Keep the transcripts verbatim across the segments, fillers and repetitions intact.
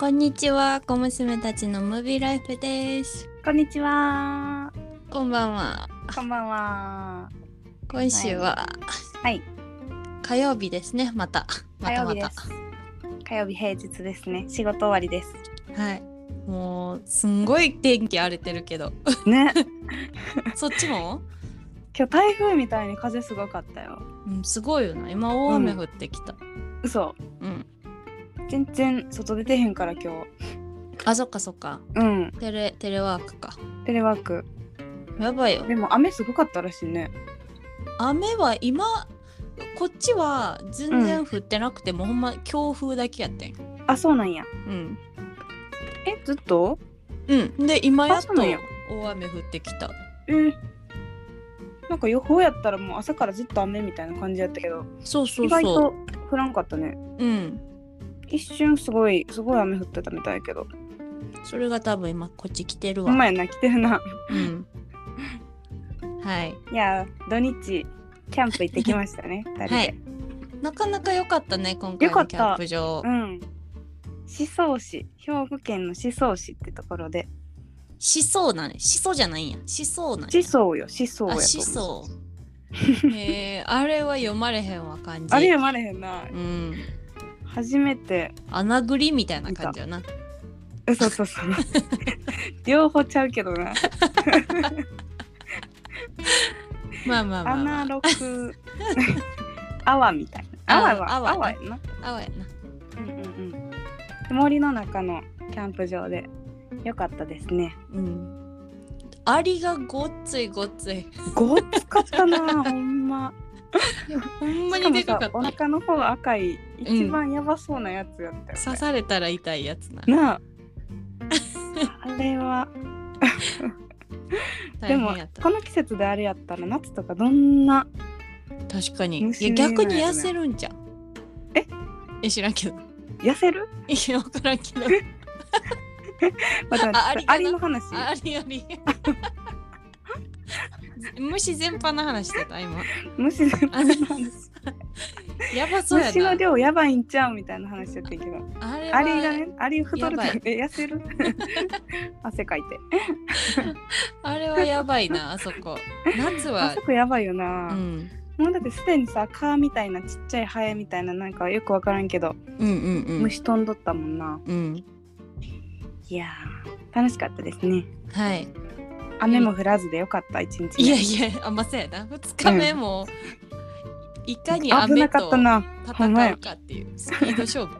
こんにちは、小娘たちのムービーライフです。 こんにちは。 こんばんは。 こんばんは。 今週は、 はい、 火曜日ですね。また、またまた。 火曜日です。火曜日平日ですね。仕事終わりです。 はい。もうすんごい天気荒れてるけど。 ね。 そっちも？ 今日台風みたいに風すごかったよ。 うん、すごいよな。今大雨降ってきた。 うん、嘘。 うん。 全然外出てへんから今日。 あ、そっかそっか。 うん。 テレテレワークか。 テレワーク。 やばいよ。 でも雨すごかったらしいね。 雨は今こっちは全然降ってなくても、うん、ほんま強風だけやってん。 あ、そうなんや。 うん。 え、ずっと？ うん。で今やっと大雨降ってきた。 えー、なんか予報やったらもう朝からずっと雨みたいな感じやったけど、 そうそうそう。 意外と降らんかったね。 うん。 一瞬すごいすごい雨降ってたみたいやけど。 それが多分今こっち来てるわ。 ほんまやな、来てるな。 うん。はい。 いや土日キャンプ行ってきましたね。ふたりで。はい。 なかなか良かったね今回のキャンプ場。 うん。宍粟市、兵庫県の宍粟市ってところで。 宍粟なんね。宍粟じゃないんや。宍粟なんや。 宍粟よ、宍粟やと思う。 あ、宍粟。えー、あれは読まれへんわ感じ。 あれ読まれへんな。 うん。 初めて。 穴ぐりみたいな感じよな。 そうそうそう。両方ちゃうけどな。 まあまあまあ、まあ。 アナログ泡みたいな。泡は泡やな。 泡やな。 うんうんうん。森の中のキャンプ場でよかったですね。 うん。アリがごっついごっつい。 ごっつかったな、ほんま。 ほんまにでかかった。 お腹の方赤い、一番やばそうなやつやったよ、ね、 うん、刺されたら痛いやつな。 なあ。あれは。でもこの季節であれやったら夏とかどんな。 確かに。いや逆に痩せるんじゃん。 え？ え知らんけど。 痩せる？ いや分からんけど。 待って待って、アリの話。 アリアリ。虫全般の話してた今。 虫全般の話。 やばそうやな。 虫の量やばいんちゃうみたいな話やってんけど。あれアリがね、アリ太るとえ痩せる？汗かいて。 あれはやばいな、あそこ。夏は。 あそこやばいよな。 うん。 もうだってすでにさ、蚊みたいなちっちゃいハエみたいななんかよくわからんけど、 うんうんうん、 虫飛んどったもんな。 うん。 いやー楽しかったですね。 はい。 雨も降らずでよかった一日目。 いやいや、あんまそうやな。ふつかめも、うん、いかに雨と戦うかっていうスピード勝負。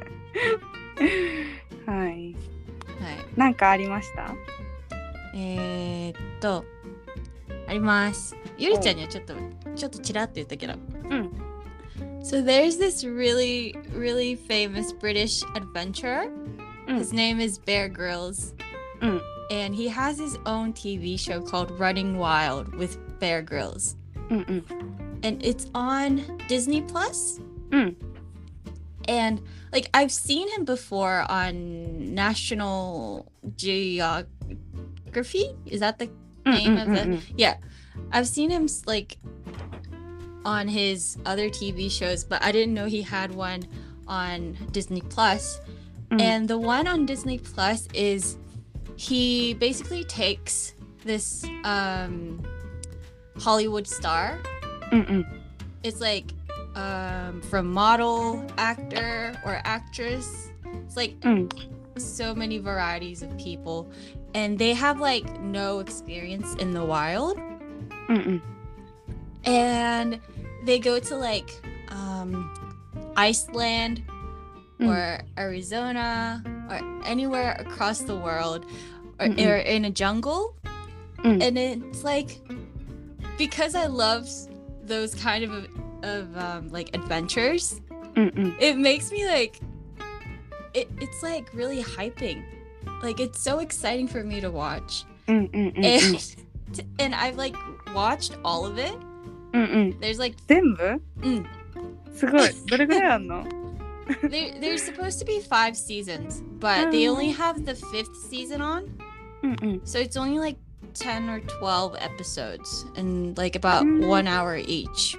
はい。はい。 なんかありました？ えー、っとあります。ゆりちゃんにはちょっとちょっとちらっと言ったけど。 うん。 So there's this really really famous British adventurer. His name is Bear Grylls. うん。 And he has his own T V show called Running Wild with Bear Grylls. うんうん。 And it's on Disney Plus. うん。 And like I've seen him before on National Geography. Is that the name of the? Yeah, I've seen him like on his other T V shows, but I didn't know he had one on Disney Plus. Mm. And the one on Disney Plus is he basically takes this um, Hollywood star. Mm-mm. It's like um, from model, actor, or actress. It's like mm. so many varieties of people, and they have like no experience in the wild. Mm-mm. And they go to like um, Iceland mm. or Arizona or anywhere across the world, or, or in a jungle. Mm. And it's like, because I love those kind of of um, like adventures, Mm-mm. it makes me like it, it's like really hyping. Like it's so exciting for me to watch. Mm-mm. And, and I've like watched all of it. Mm-mm. There's like 全部? うん。 すごい。どれぐらいあんの? there, there's supposed to be five seasons, but they only have the fifth season on. Mm-mm. So it's only like ten or twelve episodes and like about mm. one hour each.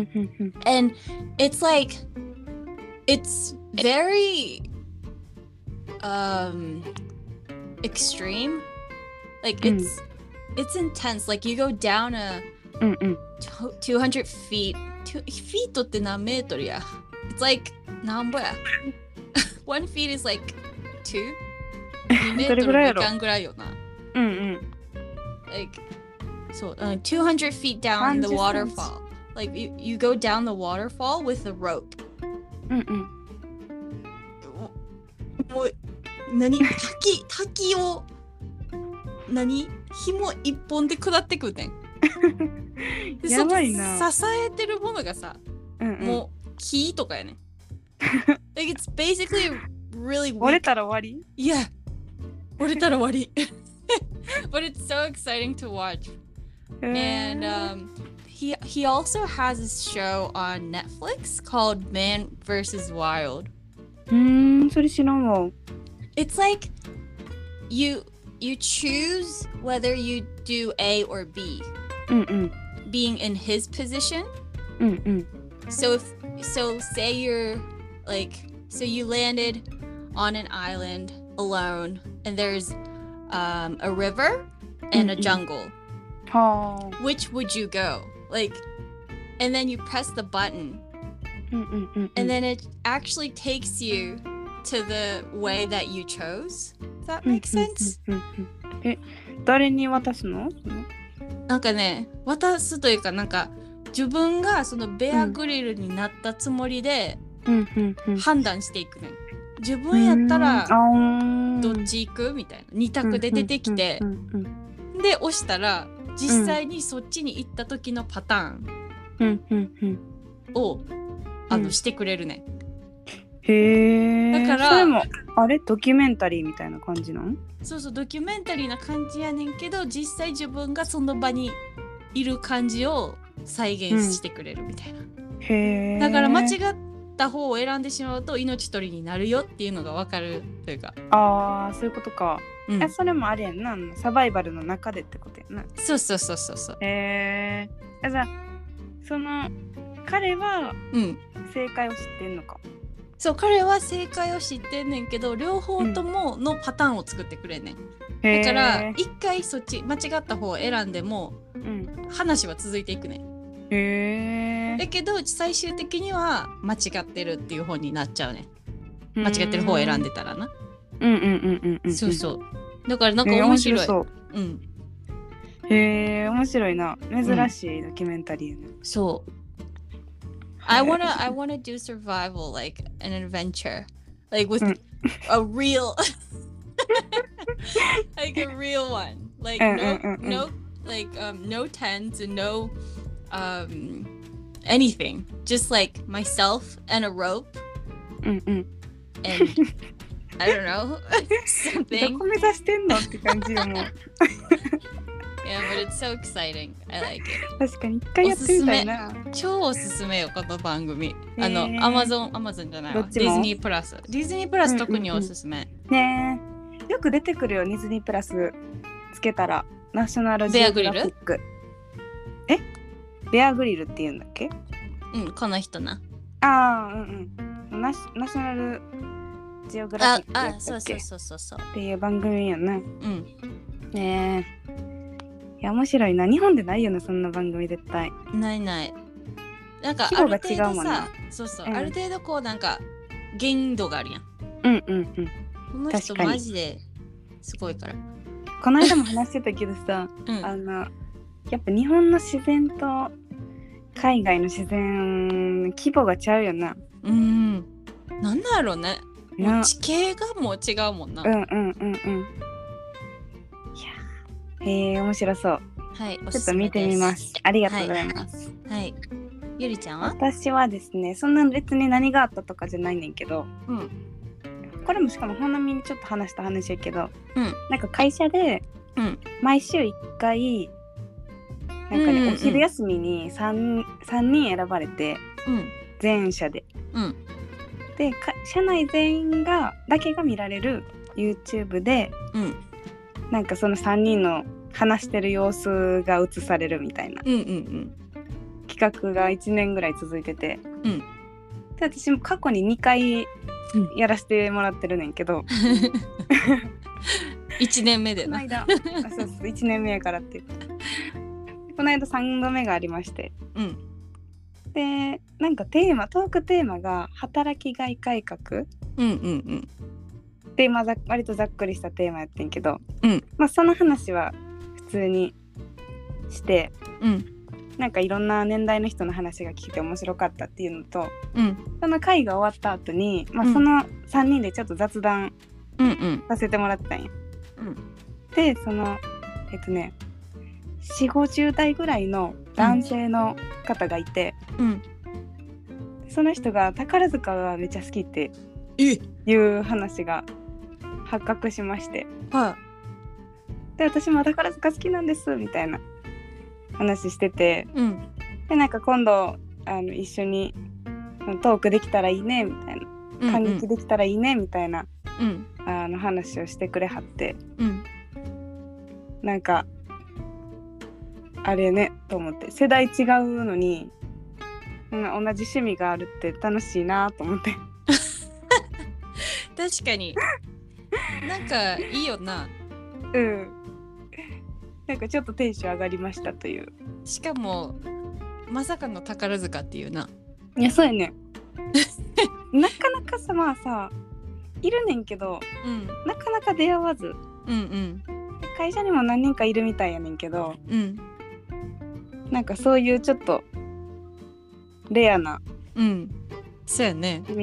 And it's like, it's very um extreme. Like it's、うん、it's intense. Like you go down a、うんうん、two hundred feet. Two feet って何メートルや? It's like 何ぼや? One feet is like two. にメートルいかんぐらいよな。うんうん。Like so、uh, two hundred feet down the waterfall. Like you, you go down the waterfall with a rope. うんうん。もう何滝滝を何紐一本で下ってくんねん。 やばいな。 支えてるものがさ、うんうん、もう木とかやねん。Like it's basically really weak. 折れたら終わり? Yeah. 折れたら終わり。But it's so exciting to watch. And um, he he also has a show on Netflix called Man versus Wild. うーん、それ知らんわ。 It's like you you choose whether you do A or B. うんうん。Being in his position. うんうん。So if so say you're like so you landed on an island alone and there's um, a river and a jungle. Oh. Which would you go? Like, and then you press the button and then it actually takes you to the way that you chose. Does that make sense? え、誰に渡すの？ なんかね、渡すというかなんか自分がそのベアグリルになったつもりで判断していくね。自分やったらどっち行くみたいな二択で出てきて、で押したら実際にそっちに行った時のパターンをあのしてくれるね。 へえ。だからそれもあれドキュメンタリーみたいな感じなの？ そうそうドキュメンタリーな感じやねんけど実際自分がその場にいる感じを再現してくれるみたいな。うん、へえ。だから間違った方を選んでしまうと命取りになるよっていうのが分かるというか。 ああそういうことか。うん、えそれもあれやんなサバイバルの中でってことやな。 そうそうそうそうそう。 へえ。じゃあその彼は正解を知ってんのか。うんそう彼は正解を知ってんねんけど両方とものパターンを作ってくれんねん、うん、だから一回そっち間違った方を選んでも、うん、話は続いていくねんへーだけど最終的には間違ってるっていう方になっちゃうねん間違ってる方を選んでたらなうんうんうんうんうんそうそうだからなんか面白い、えー、面白そう、うん、 へえ面白いな珍しいドキュメンタリーね、 うん、そうI wanna, I wanna do survival, like an adventure, like with a real, like a real one, like no, no, like um, no tents and no, um, anything, just like myself and a rope, and I don't know, something. どこ目指してんのって感じよもう。 Yeah, but it's so exciting. I like it. 確かに一回やってみたいな。 超おすすめよこの番組。あの Amazon Amazon じゃないわ。ディズニープラス。ディズニープラス特におすすめ。 うんうんうん、ねえ。よく出てくるよディズニープラスつけたらナショナルジオグラフィック。え？ベアグリルって言うんだっけ？ うんこの人な。 ああうんうん。ナシナショナルジオグラフィックああそうそうそうそうそう。 っていう番組やな。うん。ねえ。いや面白いな日本でないよねそんな番組絶対ないないなんかある程度さそうそう、うん、ある程度こうなんか限度があるやんうんうんうんこの人マジですごいからこの間も話してたけどさ、うん、あのやっぱ日本の自然と海外の自然規模がちゃうよなうんなんだろうねもう地形がもう違うもんなうんうんうんうんへえ面白そう。 はい、 ちょっと見てみます。ありがとうございます。 はい。はい、ゆりちゃんは？ 私はですね、そんな別に何があったとかじゃないねんけど、うん、これもしかもほなみにちょっと話した話やけど、うん、なんか会社で、うん、毎週いっかいなんかね、うんうんうん、お昼休みに 3, 3人選ばれて、うん、全社で、うん、で社内全員がだけが見られる YouTube で。うんなんかそのさんにんの話してる様子が映されるみたいな、うんうんうん、企画がいちねんぐらい続いてて、うん、 で私も過去ににかいやらせてもらってるねんけど、うん、 いちねんめでなこの間あそうそういちねんめやからってこの間さんどめがありまして、うん、でなんかテーマトークテーマが働きがい改革、うんうんうんで、まあ、割とざっくりしたテーマやってんけど、うんまあ、その話は普通にして、うん、なんかいろんな年代の人の話が聞いて面白かったっていうのと、うん、その会が終わった後に、まあ、そのさんにんでちょっと雑談させてもらったんや、うんうん、でそのえっとねよんじゅうごじゅう代ぐらいの男性の方がいて、うん、その人が宝塚がめっちゃ好きっていう話が発覚しまして、はい、で私も宝塚好きなんですみたいな話してて、うん、でなんか今度あの一緒にトークできたらいいねみたいな、感激できたらいいねみたいな、うん、あの話をしてくれはって、うん、なんかあれねと思って、世代違うのに同じ趣味があるって楽しいなと思って確かになんかいいよな。 うんなんかちょっとテンション上がりましたという。 しかもまさかの宝塚っていうな。 いやそうやねなかなかさまあさいるねんけど、うん、なかなか出会わず、うんうん、会社にも何人かいるみたいやねんけど、うん、なんかそういうちょっとレアな、 うん、そうやね、 うん、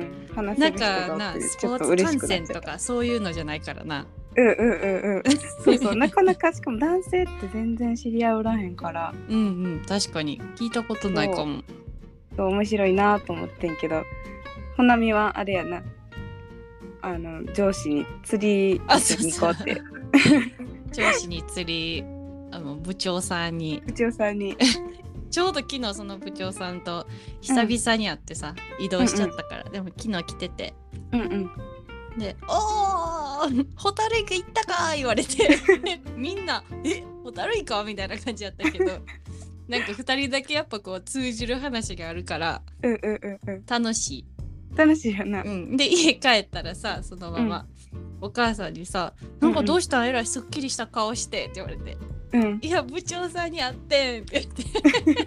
話せる人がなんかなスポーツ観戦とかそういうのじゃないからな。 うんうんうんうんそうそうなかなかしかも男性って全然知り合いおらへんからうんうん確かに聞いたことないかも。 そう面白いなと思ってんけど、ほなみはあれやな、あの上司に釣り一緒に行こうって上司に釣りあの部長さんに部長さんにちょうど昨日その部長さんと久々に会ってさ、うん、移動しちゃったから、うんうん、でも昨日来てて、うんうんで、おーホタルイカ行ったか言われてみんなえホタルイカみたいな感じやったけどなんかふたりだけやっぱこう通じる話があるから、うんうんうんうん、楽しい楽しいよな、 うん、で家帰ったらさそのまま、うん、お母さんにさなんかどうしたん、うんうん、えらいすっきりした顔してって言われて、うん、いや部長さんに会ってんって言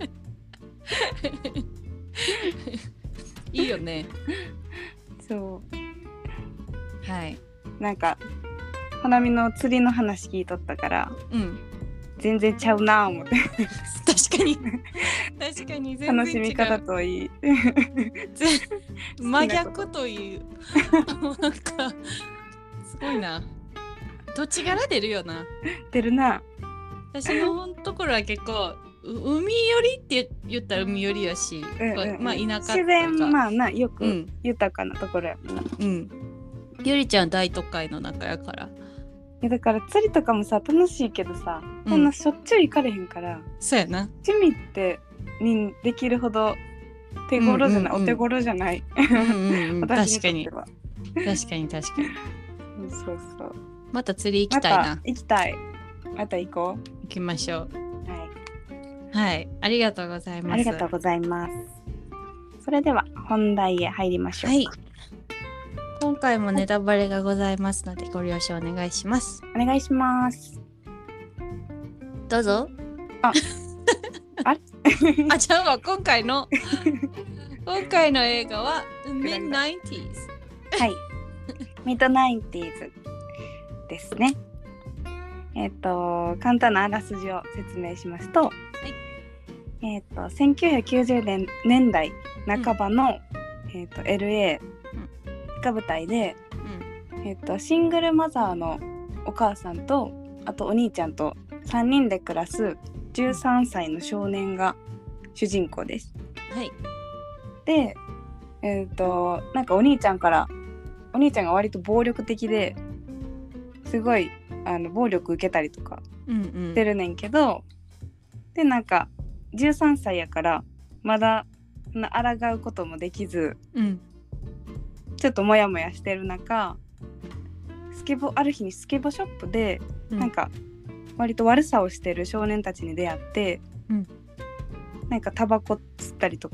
っていいよね。 そうはい、 なんか花見の釣りの話聞いとったから、うん、全然ちゃうな思って確かに確かに全然違う楽しみ方といい真逆というなんかすごいな、どっち柄出るよな。 出るな。 私のところは結構海寄りって言ったら海寄りやし、うんうんうん、まあ田舎とか自然まあなよく豊かなところやもんな、 うん、うんゆりちゃん大都会の中やから。いやだから釣りとかもさ楽しいけどさ、うん、そんなしょっちゅう行かれへんからそうやな趣味ってにできるほど手頃じゃない、うんうんうん、お手頃じゃない、うんうんうん、確かに確かに確かにそうそうまた釣り行きたいな、 また行きたいまた行こう行きましょう。はい、はい、ありがとうございます。 ありがとうございます。それでは本題へ入りましょう。はい今回もネタバレがございますのでご了承お願いします。 お願いします。 どうぞ。 あ、あれあ、ちゃうわ。今回の今回の映画は ミッドナインティーズ。 はい。ミッドナインティーズですね。えっと簡単なあらすじを説明しますと、はい、えっとせんきゅうひゃくきゅうじゅうねんだいなかばの、うん、えっと エルエーが舞台で、うんえー、とシングルマザーのお母さんとあとお兄ちゃんとさんにんで暮らすじゅうさんさいの少年が主人公です。はい。で、えっ、ー、となんかお兄ちゃんからお兄ちゃんが割と暴力的ですごいあの暴力受けたりとかしてるねんけど、うんうん、でなんかじゅうさんさいやからまだ抗うこともできず。うんちょっとモヤモヤしてる中スケボある日にスケボショップで、うん、なんか割と悪さをしてる少年たちに出会って、うん、なんかタバコ吸ったりとか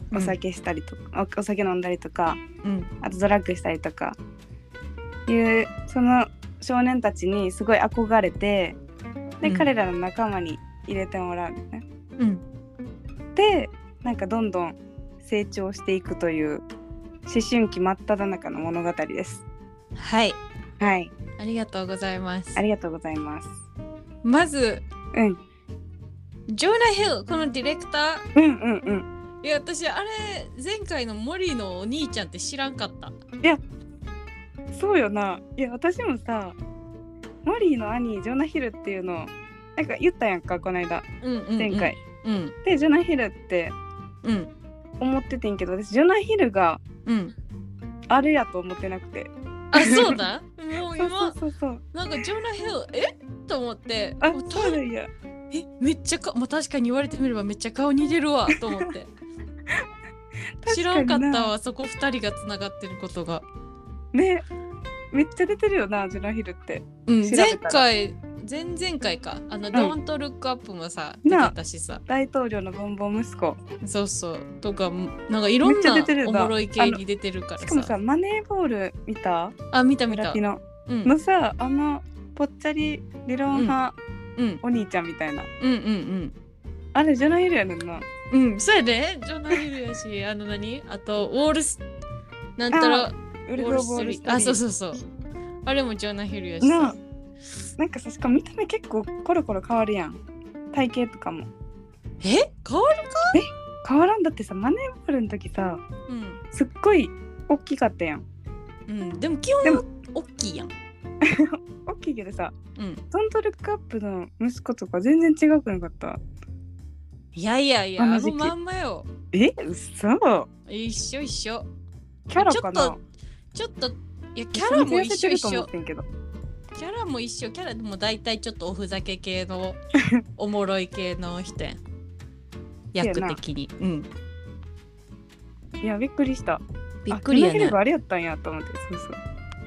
お酒したりとか、うん、お酒飲んだりとか、 うん、 あとドラッグしたりとかいうその少年たちにすごい憧れてで、うん、彼らの仲間に入れてもらうね、 うん、 でなんかどんどん成長していくという思春期真っ只中の物語です。 はいはい、 ありがとうございます。 ありがとうございます。 まず、 うん、 ジョーナ・ヒル、このディレクター、うんうんうん、 いや私あれ前回のモリーのお兄ちゃんって知らんかった。 いやそうよな。いや私もさモリーの兄ジョナ・ヒルっていうのをなんか言ったやんかこの間、 うんうんうん、 前回、 うん、 でジョナ・ヒルって思っててんけど、私ジョナ・ヒルがあれやと思ってなくて、 あ、そうだもう今そうそうそうなんかジョナ・ヒルえと思って、 あ、そうだいやえめっちゃか、まあ、確かに言われてみればめっちゃ顔似てるわと思って知らんかったわ、そこふたりがつながってることがね。めっちゃ出てるよなジョナ・ヒルって、 うん、前回前々回かあの、うん、ドントルックアップもさ出てたしさ、 大統領のボンボン息子そうそうとかなんかいろんなおもろい系に出てるからさ。 しかもさマネーボール見た？ あ見た見たの、うん、のさあのぽっちゃり理論派、 うん、 お兄ちゃんみたいな、 うんうんうんあれジョナ・ヒルやねんな。 うんそうやでジョナ・ヒルやしあの何あとウォールスなんたらウルフ・オブ・ウォールストリート、 あそうそうそうあれもジョナ・ヒルやしな。なんかさしかも見た目結構コロコロ変わるやん体型とかも。 え変わるか？ え変わらんだってさマネーボールの時さ、 うん、 すっごい大きかったやん。 うんでも基本大きいやん大きいけどさ、 うん、 ドントルックアップの息子とか全然違くなかった？ いやいやいやあのまんまよ。 え嘘？ 一緒一緒。 キャラかな？ ちょっとちょっといやキャラも一緒一緒。 キャラも一緒キャラでも大体ちょっとおふざけ系のおもろい系の人やん役的に。うんいやびっくりした。 びっくりやね。 あれやったんやと思って。そうそう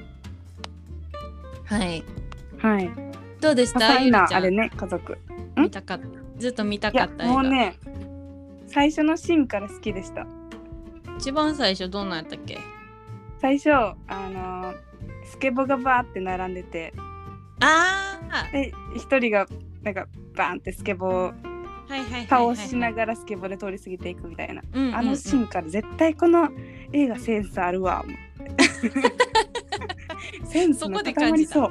はいはいどうでした？ ゆりちゃんあれね家族見たかったずっと見たかった映画。 もうね最初のシーンから好きでした。 一番最初どんなんやったっけ？ 最初あのー、スケボーがバーって並んでて、 ああで一人がなんかバーンってスケボー倒しながらスケボーで通り過ぎていくみたいな、うんうんうん、あのシーンから絶対この映画センスあるわセンスの塊りそう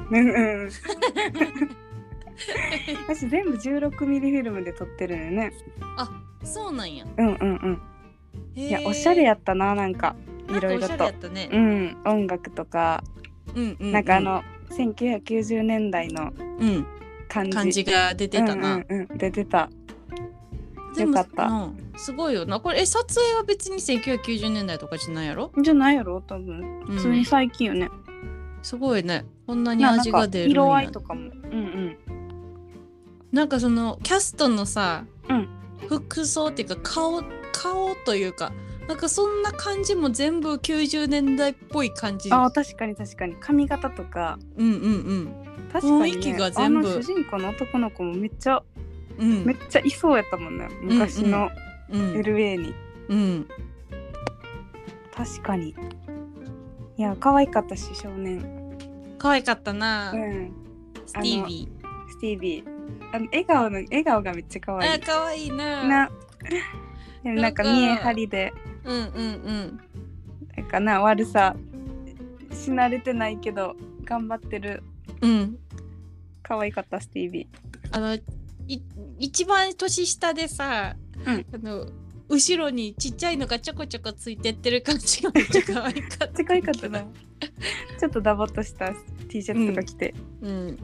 私全部じゅうろくミリフィルムで撮ってるのよね。 あそうなんや。 うんうんうんいやおしゃれやったな。なんかいろいろと、 ね、 うん、音楽とか、 うんうんうん、 なんかあのせんきゅうひゃくきゅうじゅうねんだいの感じ、 うん、感じが出てたな、 うんうんうん、出てた。よかった、 うん、すごいよなこれ。え撮影は別にせんきゅうひゃくきゅうじゅうねんだいとかじゃないやろ？ じゃないやろ多分、普通に最近よね、 うん、すごいねこんなに味が出るんや。 色合いとかもうんうんなんかそのキャストのさ、 うん、 服装っていうか顔顔というかなんかそんな感じも全部きゅうじゅうねんだいっぽい感じ。 あ確かに確かに髪型とかうんうんうん確かに、ね、 雰囲気が全部あの主人公の男の子もめっちゃ、 うん、 めっちゃいそうやったもんね昔の エルエー に、 うんうん、 確かに。いや可愛かったし少年可愛かったな、 うん、 スティービースティービーあの笑顔の笑顔がめっちゃ可愛い。 あ可愛いななでもなんか見え張りでうんうんうんなんかな悪さし慣れてないけど頑張ってる。 うん可愛かったスティービー。 あのい一番年下でさ、 うん、 あの後ろにちっちゃいのがちょこちょこついてってる感じがめっちゃ可愛かった。 可愛かったなちょっとダボっとした T シャツとか着て、 うん、うん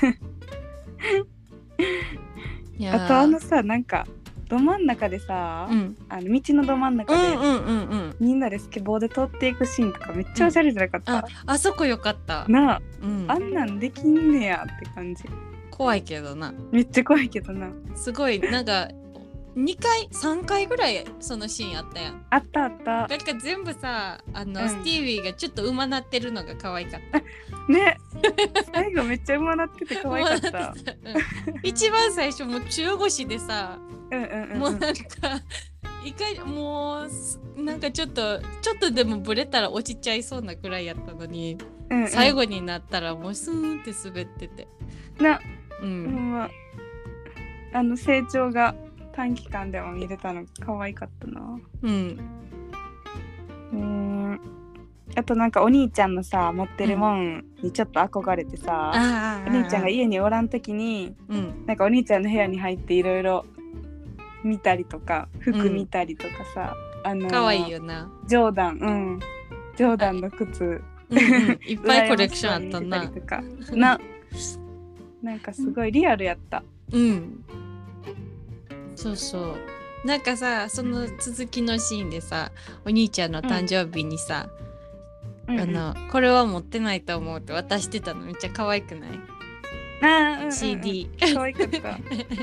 あとあのさなんかど真ん中でさ、うん、あの道のど真ん中で、 うんうんうんうん、 みんなでスケボーで通っていくシーンとかめっちゃおしゃれじゃなかった、うん、 あ, あそこよかったなあ、 うん、 あんなんできんねやって感じ。 怖いけどな。 めっちゃ怖いけどな。 すごいなんかにかいさんかいぐらいそのシーンあったやん。 あったあった。 なんか全部さあの、うん、スティービーがちょっと馬なってるのが可愛かったね最後めっちゃ馬なってて可愛かった、 うん、一番最初もう中腰でさ、 うんうんうんうん、 もうなんかいかにもうなんかちょっとちょっとでもブレたら落ちちゃいそうなくらいやったのに、うんうん、最後になったらもうスーンって滑っててな、うん、まあ、あの成長が短期間でも見れたの可愛かったな。うんうん。あとなんかお兄ちゃんのさ持ってるもんにちょっと憧れてさ、うん、お兄ちゃんが家におらん時に、うん、なんかお兄ちゃんの部屋に入っていろいろ見たりとか服見たりとかさ、 うん、あのー、かわいいよな。 ジョーダン、うん、ジョーダンの靴、うんうん、いっぱいコレクションあったな。 とかな、なんかすごいリアルやった。 うん。そうそう。なんかさ、その続きのシーンでさ、お兄ちゃんの誕生日にさ、うん、あの、うんうん、これは持ってないと思うって渡してたのめっちゃ可愛くない？ あ、うんうん、 シーディー可愛かった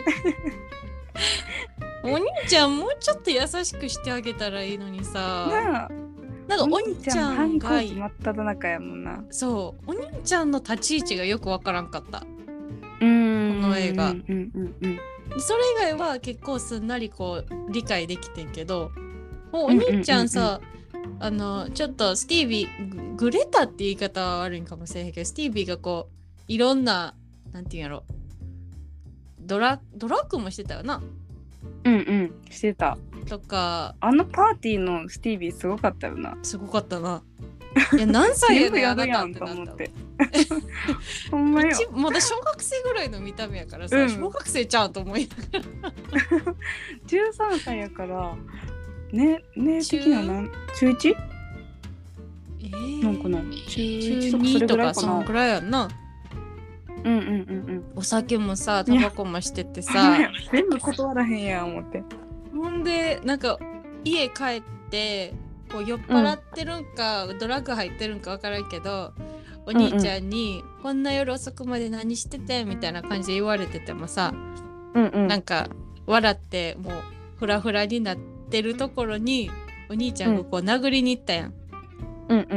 お兄ちゃんもうちょっと優しくしてあげたらいいのにさ、なあ、なんかお兄ちゃんが真っ只中やもんな。 そうお兄ちゃんの立ち位置がよくわからんかった。うーん、この映画、うんうんうんうん、それ以外は結構すんなりこう理解できてんけど、もうお兄ちゃんさ、うんうんうんうん、あのちょっとスティービーグレタって言い方は悪いんかもしれへんけど、スティービーがこういろんななんていうんやろ、ドラドラッグもしてたよな。 うんうんしてた。 とかあのパーティーのスティービーすごかったよな。 すごかったな。いや何歳やねんあなたってなった。 ほんまよ。 まだ小学生ぐらいの見た目やからさ、うん、小学生ちゃうと思いながらじゅうさんさいやからね、ね的ななん中 いち？ えー、なんかな中にとかそのぐらいやんな。 うんうんうんうん。 お酒もさタバコもしててさ全部断らへんやん思って。 ほんでなんか家帰ってこう酔っ払ってるんか、うん、ドラッグ入ってるんか分からんけど、お兄ちゃんに、うんうん、こんな夜遅くまで何しててみたいな感じで言われててもさ、うんうん、なんか笑ってもうフラフラになってるところにお兄ちゃんがこう殴りに行ったやん。うんうん、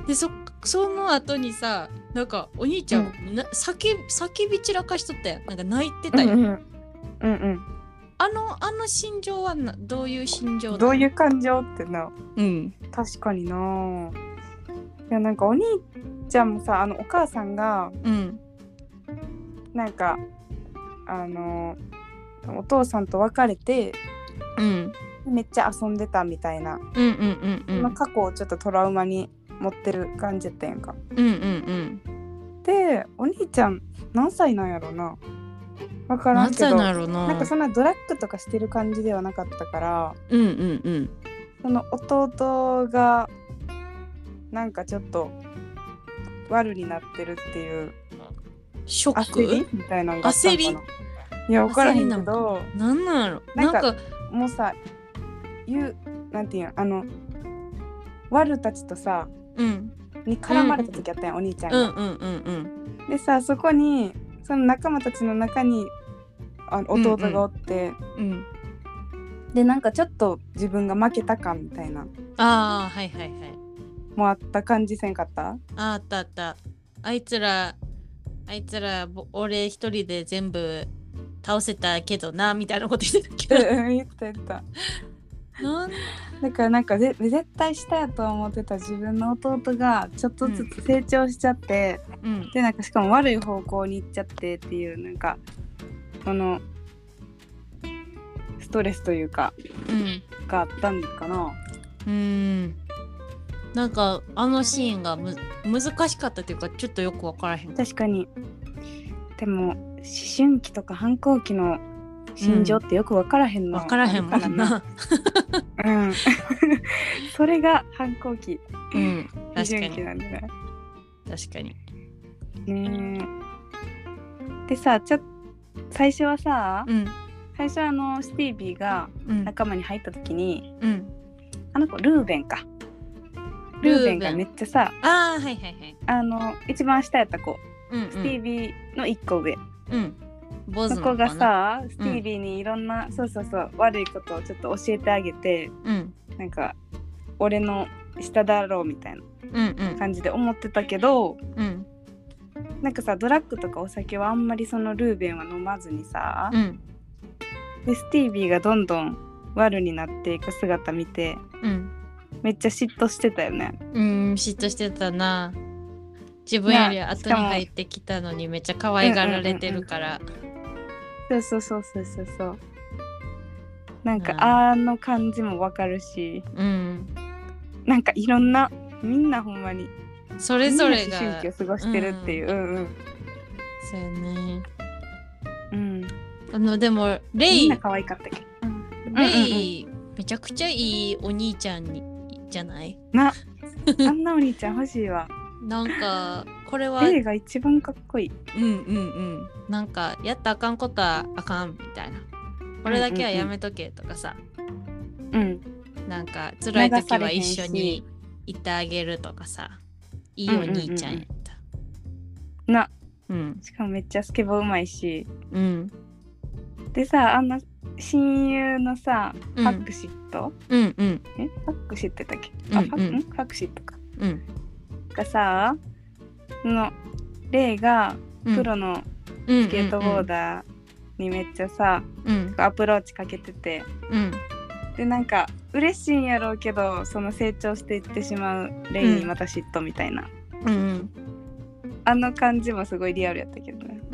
で そ, その後にさなんかお兄ちゃん、うん、な 叫, 叫び散らかしとったやん。なんか泣いてたやん。うんうん。うんうんあの、あの心情はなどういう心情だ？ どういう感情ってな、うん、確かにな。いやなんかお兄ちゃんもさあのお母さんが、うん、なんかあのお父さんと別れて、うん、めっちゃ遊んでたみたいな、うんうんうんうん、その過去をちょっとトラウマに持ってる感じやったやんか、うんうんうん、でお兄ちゃん何歳なんやろな分からんけど な, なんかそんなドラッグとかしてる感じではなかったから、うんうんうん、その弟がなんかちょっと悪になってるっていうショック焦りみたいなのがあったのかな。焦りいや分からへんけどなんなんやろなんかもうさ言うなんていうのあの悪たちとさ、うん、に絡まれた時あったやん、うん、お兄ちゃんが、うんうんうんうん、でさそこにその仲間たちの中にあの弟がおって、うんうん、でなんかちょっと自分が負けた感みたいなあはいはいはいもあった感じせんかった？ ああったあった。あいつらあいつら俺一人で全部倒せたけどなみたいなこと言ってたけどうん言った言ったなんだからなんかぜ絶対したやと思ってた自分の弟がちょっとずつ成長しちゃって、うん、でなんかしかも悪い方向に行っちゃってっていうなんかこのストレスというか、うん、があったんかな。 うーんなんかあのシーンがむ難しかったというかちょっとよく分からへん。 確かにでも思春期とか反抗期の心情ってよく分からへんの、 うん、分からへんもんなうんそれが反抗期、 うん、 思春期なんだね。 確かにねでさちょっと最初はさ、うん、最初はあのスティービーが仲間に入った時に、うん、あの子ルーベンかルーベンがめっちゃさあ、はいはいはい、 あの一番下やった子、うんうん、スティービーの一個上、うん、そこがさスティービーにいろんな、うん、そうそうそう悪いことをちょっと教えてあげて、うん、なんか俺の下だろうみたいな感じで思ってたけど、うん、なんかさドラッグとかお酒はあんまりそのルーベンは飲まずにさ、うん、でスティービーがどんどん悪になっていく姿見て、 うん、 めっちゃ嫉妬してたよね。 うん、嫉妬してたな。自分より後に入ってきたのにめっちゃ可愛がられてるから、 うんうんうん、そうそうそうそうそう、なんか、うん、あの感じもわかるし、 うん、 なんかいろんなみんなほんまにそれぞれが思春期を過ごしてるっていう、うん、うんうん、 そうやね。 うん、 あのでもレイみんな可愛かったけど、 うん、レイ、うんうんうん、めちゃくちゃいいお兄ちゃんにじゃない？ なあんなお兄ちゃん欲しいわ。 なんかこれはレイが一番かっこいい。 うんうんうん。なんかやったらあかんことはあかんみたいな。これだけはやめとけとかさ。 うん。 なんか辛い時は一緒にいてあげるとかさ。いいお兄ちゃんやった。 うんうんうん、な。 うん。 しかもめっちゃスケボーうまいし。 うん。 でさ、あんな親友のさ、うん、ハクシット、 うんうん、 えハクシットだっけ、 うんうん、 あ、ファク、ハクシットか、 うん、 がさ、のレイがプロのスケートボーダーにめっちゃさ、うん、アプローチかけてて、 うん、 でなんか嬉しいんやろうけど、その成長していってしまうレイにまた嫉妬みたいな、 うんうん、 あの感じもすごいリアルやったけどね。 うん。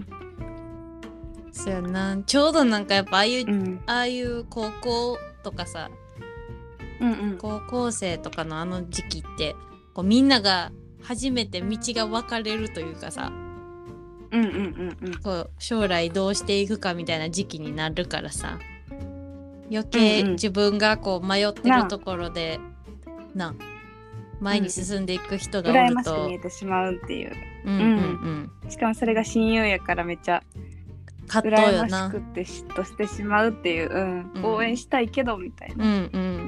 そうやな、ちょうどなんかやっぱああいう、うん、ああいう高校とかさ、 うんうん、 高校生とかのあの時期ってこうみんなが初めて道が分かれるというかさ、 うんうんうんうん、 こう将来どうしていくかみたいな時期になるからさ、余計自分がこう迷ってるところで、うんうん、な前に進んでいく人がおると、 うん、羨ましく見えてしまうっていう、 うんうんうんうん、しかもそれが親友やからめっちゃ葛藤よな、 羨ましくって嫉妬してしまうっていう、うんうん、応援したいけどみたいな、 うんうん、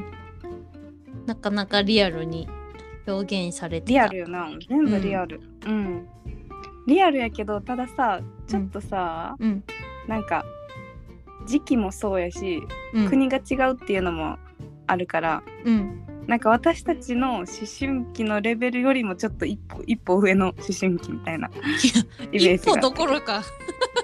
なかなかリアルに表現されてた。 リアルよな、全部リアル、うん、うん、リアルやけど、たださちょっとさ、 うん、 なんか時期もそうやし、うん、国が違うっていうのもあるから、 うん、 なんか私たちの思春期のレベルよりもちょっと一歩一歩上の思春期みたいなイメージが。 一歩どころか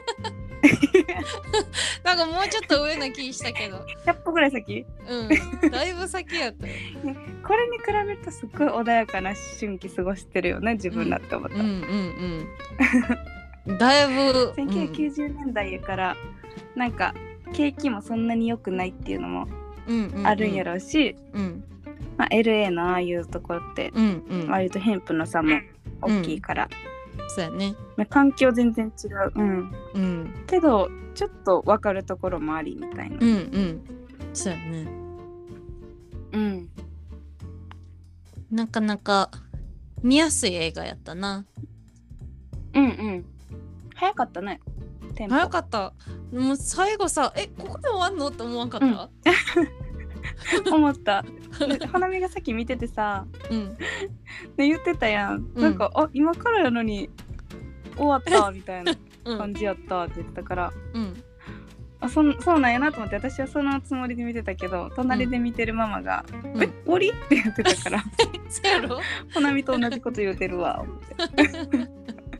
なんかもうちょっと上な気したけどひゃっぽぐらい先、 うん、だいぶ先やったよこれに比べるとすっごい穏やかな思春期過ごしてるよね自分だって思った、 うん、うんうんうんだいぶせんきゅうひゃくきゅうじゅうねんだいやから、うん、なんか景気もそんなに良くないっていうのもあるんやろうし、 うんうんうん、 まあ、エルエー のああいうところって割と貧富の差も大きいから、 うん、そうやね、 環境全然違う、うんうん、 けどちょっと分かるところもありみたいな、 うんうんそうやね、 うん、 なかなか見やすい映画やったな。 うんうん早かったね、テンポ早かった。もう最後さ、えここで終わんのって思わんかった、 うん、思った花見がさっき見ててさ、 うん、 で言ってたやん、うん、なんかあ今からやのに終わったみたいな感じやったって言ってたから、 うん、 あ そ, そうなんやなと思って、私はそのつもりで見てたけど、隣で見てるママが、うん、え終わりって言ってたからそうやろ花見と同じこと言うてるわ思って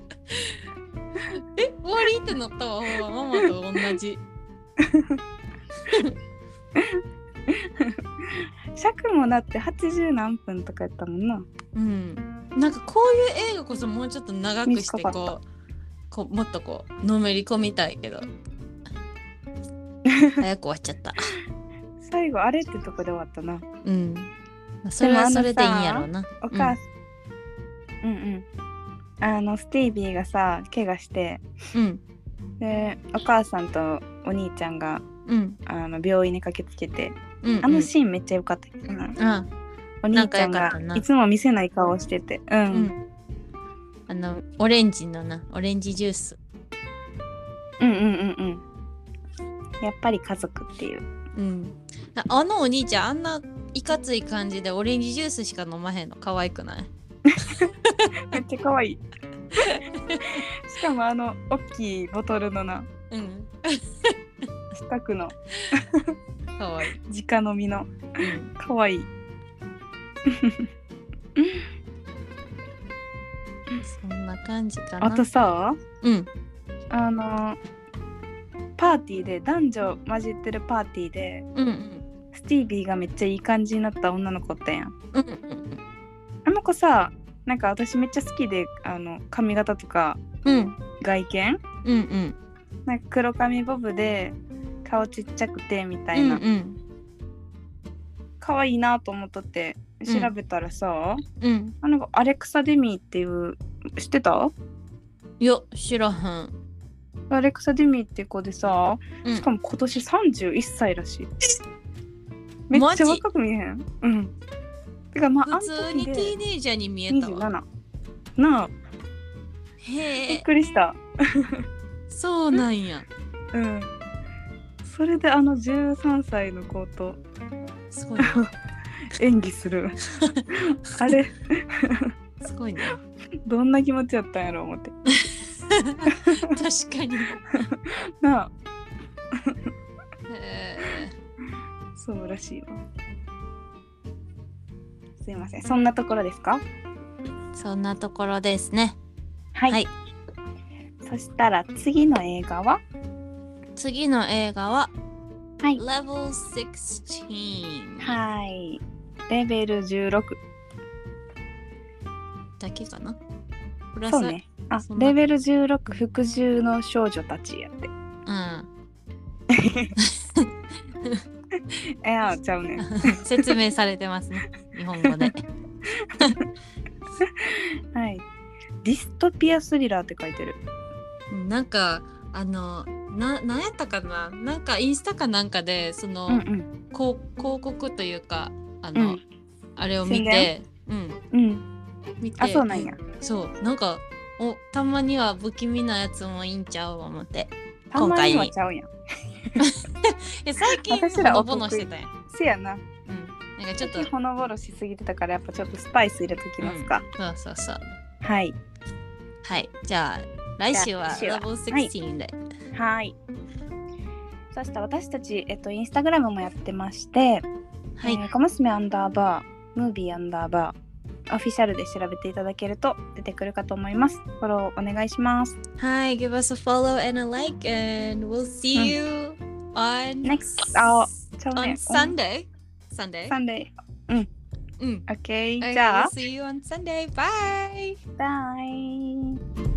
え終わりってなったわ、ほらママと同じ尺もだってはちじゅうなんぷんとかやったもんな。 うん、なんかこういう映画こそもうちょっと長くしてこう、こうもっとこうのめり込みたいけど早く終わっちゃった最後あれってとこで終わったな。 うん、それはそれでいいんやろうな。 お母さん、うん、うんうんあのスティービーがさ怪我して、 うん、 でお母さんとお兄ちゃんが、 うん、 あの病院に駆けつけて、 うんうん、 あのシーンめっちゃ良かったけどな、 うん、 お兄ちゃんがいつも見せない顔してて、うん、うん、 あのオレンジのなオレンジジュース、 うんうんうんうんやっぱり家族っていう、 うん、あのお兄ちゃんあんないかつい感じでオレンジジュースしか飲まへんの可愛くないめっちゃ可愛いしかもあの大きいボトルのな、 うん、 四角の可愛い直飲みの、うん、可愛いそんな感じかな。 あとさ、 うん、 あのパーティーで男女混じってるパーティーで、 うんうん、 スティービーがめっちゃいい感じになった女の子ってやん、 うんうんうん、 あの子さ、なんか私めっちゃ好きで、あの髪型とか、 うん、 外見、 うんうん、 なんか黒髪ボブで顔ちっちゃくてみたいな、 うんうん、 可愛いなと思っとって調べたらさ、 うん、 あのアレクサ・デミーっていう知ってた？ いや知らへん。 アレクサ・デミーって子でさ、 うん、 しかも今年さんじゅういっさいらしい。めっちゃ若く見えへん？うん。てかまあ普通にティーネイジャーに見えたわ。 にじゅうなななあ。 へえ。 びっくりした。 そうなんや。 うん。それであのじゅうさんさいの子とすごいな演技する。あれすごいな。 どんな気持ちやったんやろ思って。 確かに。 なあ。 へえ。 そうらしいな。すいません。そんなところですか？ そんなところですね。 はい。はい、そしたら次の映画は？ 次の映画は、 はい、 レベルじゅうろく。 はい。レベルじゅうろく。だけかな？ そうね。あ、レベルじゅうろく服従の少女たちやって。うん。いや、ちゃうね。 説明されてますね。日本語で。 はい。ディストピアスリラーって書いてる。 なんかあのななんやったかな、なんかインスタかなんかでその、うんうん、こう広告というかあの、うん、あれを見て、うんうん、 見て、あ、そうなんや。 そうなんかおたまには不気味なやつもいいんちゃう思って。 たまにはちゃうやん。 いや最近ほのぼのしてたやん。 せやな。うん。 なんかちょっとほのぼろしすぎてたからやっぱちょっとスパイス入れときますか。 うん、そうそうそう。 はい。 はい。じゃあ来週はレベルじゅうろくで。 はい。はい。そして私たちえっとインスタグラムもやってまして、はい。えー、小娘アンダーバー、ムービーアンダーバー、オフィシャルで調べていただけると出てくるかと思います。フォローお願いします。 はい。Give us a follow and a like, and we'll see you、うん、on next oh, on Sunday. Sunday. Sunday. うん。 うん。 Okay. じゃあ。 We'll see you on Sunday. Bye. Bye.